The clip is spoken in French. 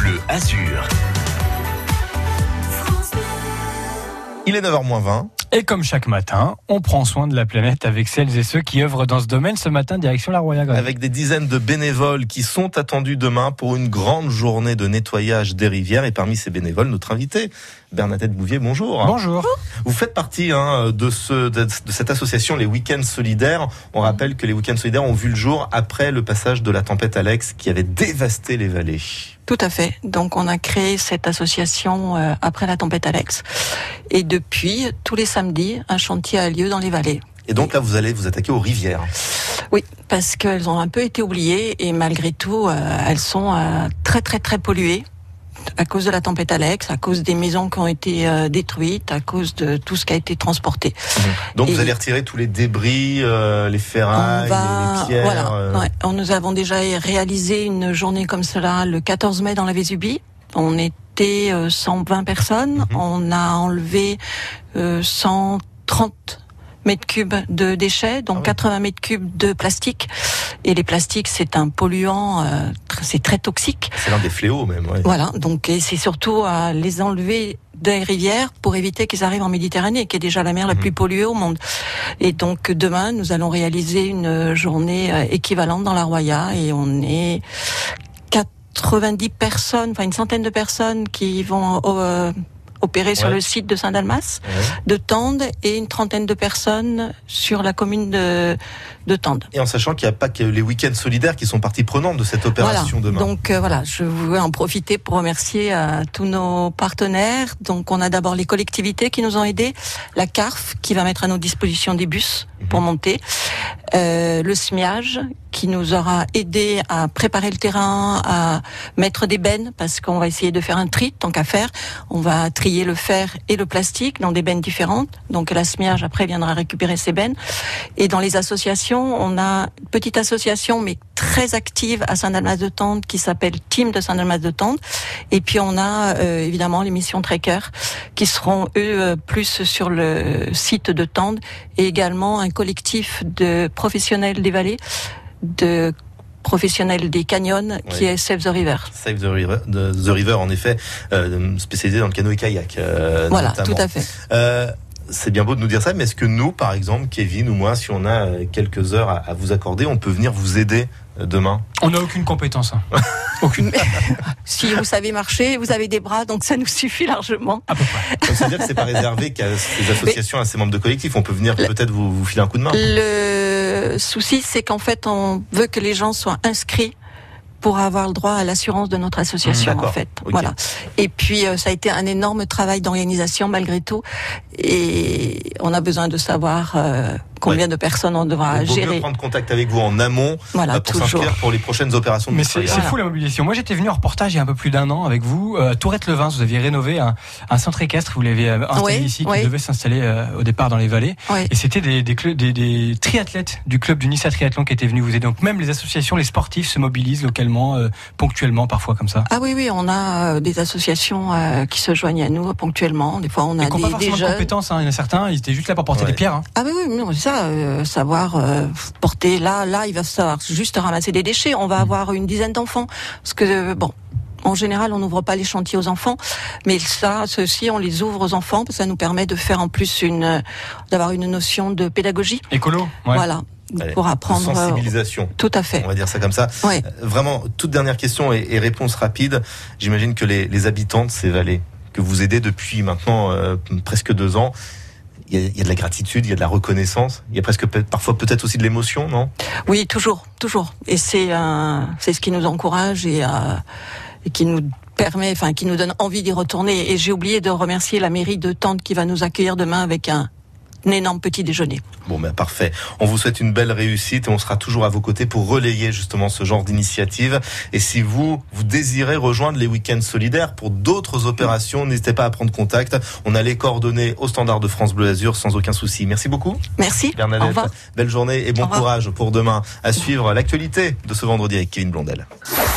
Bleu Azur. Il est 9h-20. Et comme chaque matin, on prend soin de la planète avec celles et ceux qui œuvrent dans ce domaine. Ce matin, direction la Roya. Avec des dizaines de bénévoles qui sont attendus demain pour une grande journée de nettoyage des rivières. Et parmi ces bénévoles, notre invité, Bernadette Bouvier, bonjour. Bonjour. Vous faites partie de cette association, les Week-ends Solidaires. On rappelle que les Week-ends Solidaires ont vu le jour après le passage de la tempête Alex qui avait dévasté les vallées. Tout à fait. Donc on a créé cette association après la tempête Alex. Et depuis, tous les samedis, un chantier a lieu dans les vallées. Et donc là, vous allez vous attaquer aux rivières. Oui, parce qu'elles ont un peu été oubliées et malgré tout, elles sont très très très polluées à cause de la tempête Alex, à cause des maisons qui ont été détruites, à cause de tout ce qui a été transporté. Donc vous allez retirer tous les débris, les ferrailles, les pierres. Voilà. Ouais. Nous avons déjà réalisé une journée comme cela le 14 mai dans la Vésubie. On était 120 personnes. On a enlevé 130 mètres cubes de déchets, donc 80 mètres cubes de plastique. Et les plastiques, c'est un polluant, c'est très toxique. C'est l'un des fléaux même. Ouais. Voilà, donc et c'est surtout à les enlever des rivières pour éviter qu'ils arrivent en Méditerranée, qui est déjà la mer la plus polluée au monde. Et donc demain, nous allons réaliser une journée équivalente dans la Roya et on est 90 personnes, enfin une centaine de personnes qui vont opérer sur le site de Saint-Dalmas, de Tende, et une trentaine de personnes sur la commune de Tende. Et en sachant qu'il n'y a pas que les week-ends solidaires qui sont partie prenante de cette opération demain. Donc je veux en profiter pour remercier tous nos partenaires. Donc on a d'abord les collectivités qui nous ont aidés, la CARF qui va mettre à nos dispositions des bus pour monter, le SMIAG qui nous aura aidé à préparer le terrain, à mettre des bennes, parce qu'on va essayer de faire un tri, tant qu'à faire. On va trier le fer et le plastique dans des bennes différentes. Donc la SMIAG, après, viendra récupérer ces bennes. Et dans les associations, on a une petite association, mais très active à Saint-Dalmas-de-Tende, qui s'appelle Team de Saint-Dalmas-de-Tende. Et puis on a évidemment les missions Trekker, qui seront, eux, plus sur le site de Tende, et également un collectif de professionnels des vallées, de professionnel des canyons qui est Save the River. Save the River, en effet, spécialisé dans le canoë-kayak. Voilà, notamment. tout à fait. C'est bien beau de nous dire ça, mais est-ce que nous, par exemple, Kevin ou moi, si on a quelques heures à vous accorder, on peut venir vous aider demain? On n'a aucune compétence. Aucune. Si vous savez marcher, vous avez des bras, donc ça nous suffit largement. À peu près. Donc, c'est-à-dire que c'est pas réservé qu'à ces associations, à ces membres de collectifs. On peut venir peut-être vous filer un coup de main. Le souci, c'est qu'en fait, on veut que les gens soient inscrits pour avoir le droit à l'assurance de notre association, en fait. Okay. Voilà. Et puis, ça a été un énorme travail d'organisation, malgré tout. Et on a besoin de savoir combien de personnes on devra gérer. Il faut mieux prendre contact avec vous en amont pour s'inscrire pour les prochaines opérations de nettoyage. Mais c'est fou la mobilisation. Moi, j'étais venu en reportage il y a un peu plus d'un an avec vous. Tourette-le-Vin, vous aviez rénové un centre équestre. Vous l'avez installé ici, qui devait s'installer au départ dans les vallées. Et c'était des triathlètes du club du Nice Triathlon qui étaient venus vous aider. Donc même les associations, les sportifs se mobilisent localement, ponctuellement, parfois comme ça. Ah oui, on a des associations qui se joignent à nous ponctuellement. Des fois, on a des jeunes. Compétences, il y en a certains, ils étaient juste là pour porter des pierres. Ah oui, non, c'est ça, savoir porter là, il va savoir juste ramasser des déchets. On va avoir une dizaine d'enfants, parce que en général, on n'ouvre pas les chantiers aux enfants, mais ceux-ci, on les ouvre aux enfants, parce que ça nous permet de faire en plus d'avoir une notion de pédagogie. Écolo. Voilà. Pour apprendre. Sensibilisation. Tout à fait. On va dire ça comme ça. Vraiment, toute dernière question et réponse rapide. J'imagine que les habitants de ces vallées, que vous aidez depuis maintenant presque 2 ans, il y a de la gratitude, il y a de la reconnaissance, il y a parfois peut-être aussi de l'émotion, non? Oui, toujours. Et c'est ce qui nous encourage et qui nous permet, qui nous donne envie d'y retourner. Et j'ai oublié de remercier la mairie de Tende qui va nous accueillir demain avec un énorme petit déjeuner. Bon, parfait. On vous souhaite une belle réussite et on sera toujours à vos côtés pour relayer justement ce genre d'initiative. Et si vous désirez rejoindre les week-ends solidaires pour d'autres opérations, n'hésitez pas à prendre contact. On a les coordonnées au standard de France Bleu Azur sans aucun souci. Merci beaucoup. Merci. Bernadette, au revoir. Belle journée et bon courage pour demain. À suivre l'actualité de ce vendredi avec Kevin Blondel.